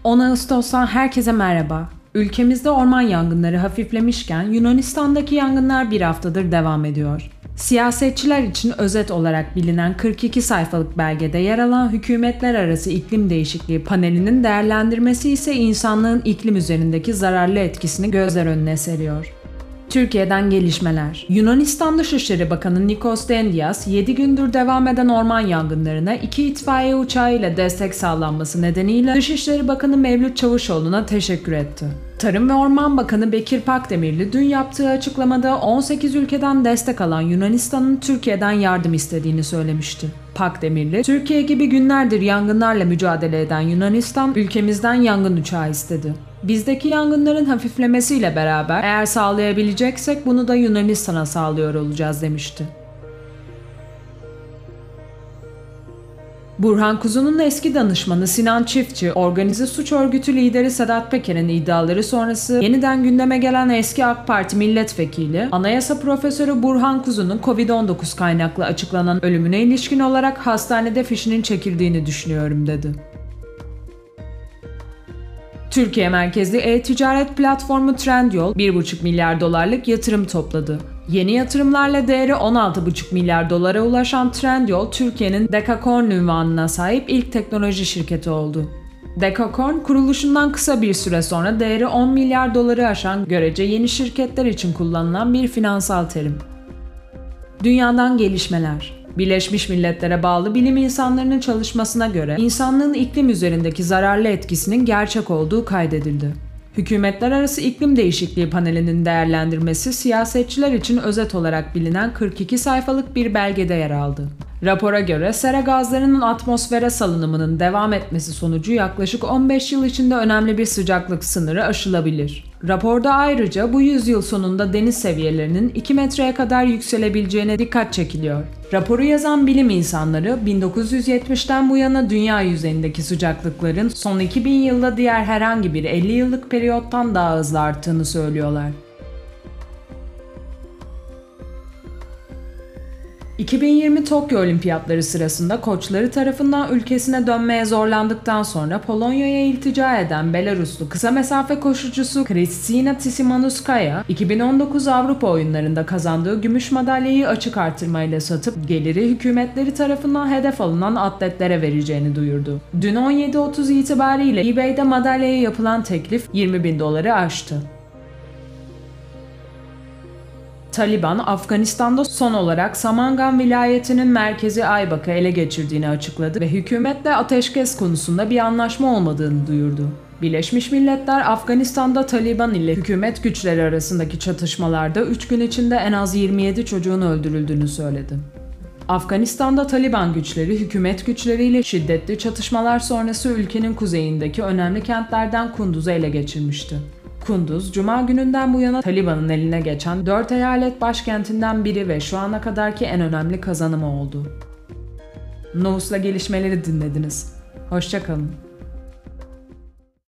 10 Ağustos'tan herkese merhaba. Ülkemizde orman yangınları hafiflemişken Yunanistan'daki yangınlar bir haftadır devam ediyor. Siyasetçiler için özet olarak bilinen 42 sayfalık belgede yer alan Hükümetler Arası İklim Değişikliği Paneli'nin değerlendirmesi ise insanlığın iklim üzerindeki zararlı etkisini gözler önüne seriyor. Türkiye'den gelişmeler. Yunanistan Dışişleri Bakanı Nikos Dendias, 7 gündür devam eden orman yangınlarına 2 itfaiye uçağıyla destek sağlanması nedeniyle Dışişleri Bakanı Mevlüt Çavuşoğlu'na teşekkür etti. Tarım ve Orman Bakanı Bekir Pakdemirli dün yaptığı açıklamada 18 ülkeden destek alan Yunanistan'ın Türkiye'den yardım istediğini söylemişti. Pakdemirli, Türkiye gibi günlerdir yangınlarla mücadele eden Yunanistan, ülkemizden yangın uçağı istedi. Bizdeki yangınların hafiflemesiyle beraber eğer sağlayabileceksek bunu da Yunanistan'a sağlıyor olacağız demişti. Burhan Kuzu'nun eski danışmanı Sinan Çiftçi, organize suç örgütü lideri Sedat Peker'in iddiaları sonrası yeniden gündeme gelen eski AK Parti milletvekili, Anayasa Profesörü Burhan Kuzu'nun Covid-19 kaynaklı açıklanan ölümüne ilişkin olarak hastanede fişinin çekildiğini düşünüyorum dedi. Türkiye merkezli e-ticaret platformu Trendyol, 1,5 milyar dolarlık yatırım topladı. Yeni yatırımlarla değeri 16,5 milyar dolara ulaşan Trendyol, Türkiye'nin Dekakorn unvanına sahip ilk teknoloji şirketi oldu. Dekakorn, kuruluşundan kısa bir süre sonra değeri 10 milyar doları aşan görece yeni şirketler için kullanılan bir finansal terim. Dünyadan gelişmeler. Birleşmiş Milletler'e bağlı bilim insanlarının çalışmasına göre insanlığın iklim üzerindeki zararlı etkisinin gerçek olduğu kaydedildi. Hükümetler Arası İklim Değişikliği Paneli'nin değerlendirmesi siyasetçiler için özet olarak bilinen 42 sayfalık bir belgede yer aldı. Rapora göre sera gazlarının atmosfere salınımının devam etmesi sonucu yaklaşık 15 yıl içinde önemli bir sıcaklık sınırı aşılabilir. Raporda ayrıca bu yüzyıl sonunda deniz seviyelerinin 2 metreye kadar yükselebileceğine dikkat çekiliyor. Raporu yazan bilim insanları 1970'ten bu yana dünya yüzeyindeki sıcaklıkların son 2000 yılda diğer herhangi bir 50 yıllık periyottan daha hızlı arttığını söylüyorlar. 2020 Tokyo Olimpiyatları sırasında koçları tarafından ülkesine dönmeye zorlandıktan sonra Polonya'ya iltica eden Belaruslu kısa mesafe koşucusu Kristina Tsimanouskaya, 2019 Avrupa Oyunları'nda kazandığı gümüş madalyayı açık artırmayla satıp geliri hükümetleri tarafından hedef alınan atletlere vereceğini duyurdu. Dün 17.30 itibariyle eBay'de madalyaya yapılan teklif $20.000'ı aştı. Taliban, Afganistan'da son olarak Samangan vilayetinin merkezi Aybak'ı ele geçirdiğini açıkladı ve hükümetle ateşkes konusunda bir anlaşma olmadığını duyurdu. Birleşmiş Milletler, Afganistan'da Taliban ile hükümet güçleri arasındaki çatışmalarda 3 gün içinde en az 27 çocuğun öldürüldüğünü söyledi. Afganistan'da Taliban güçleri, hükümet güçleriyle şiddetli çatışmalar sonrası ülkenin kuzeyindeki önemli kentlerden Kunduz'u ele geçirmişti. Kunduz, Cuma gününden bu yana Taliban'ın eline geçen 4 eyalet başkentinden biri ve şu ana kadarki en önemli kazanımı oldu. News'la gelişmeleri dinlediniz. Hoşça kalın.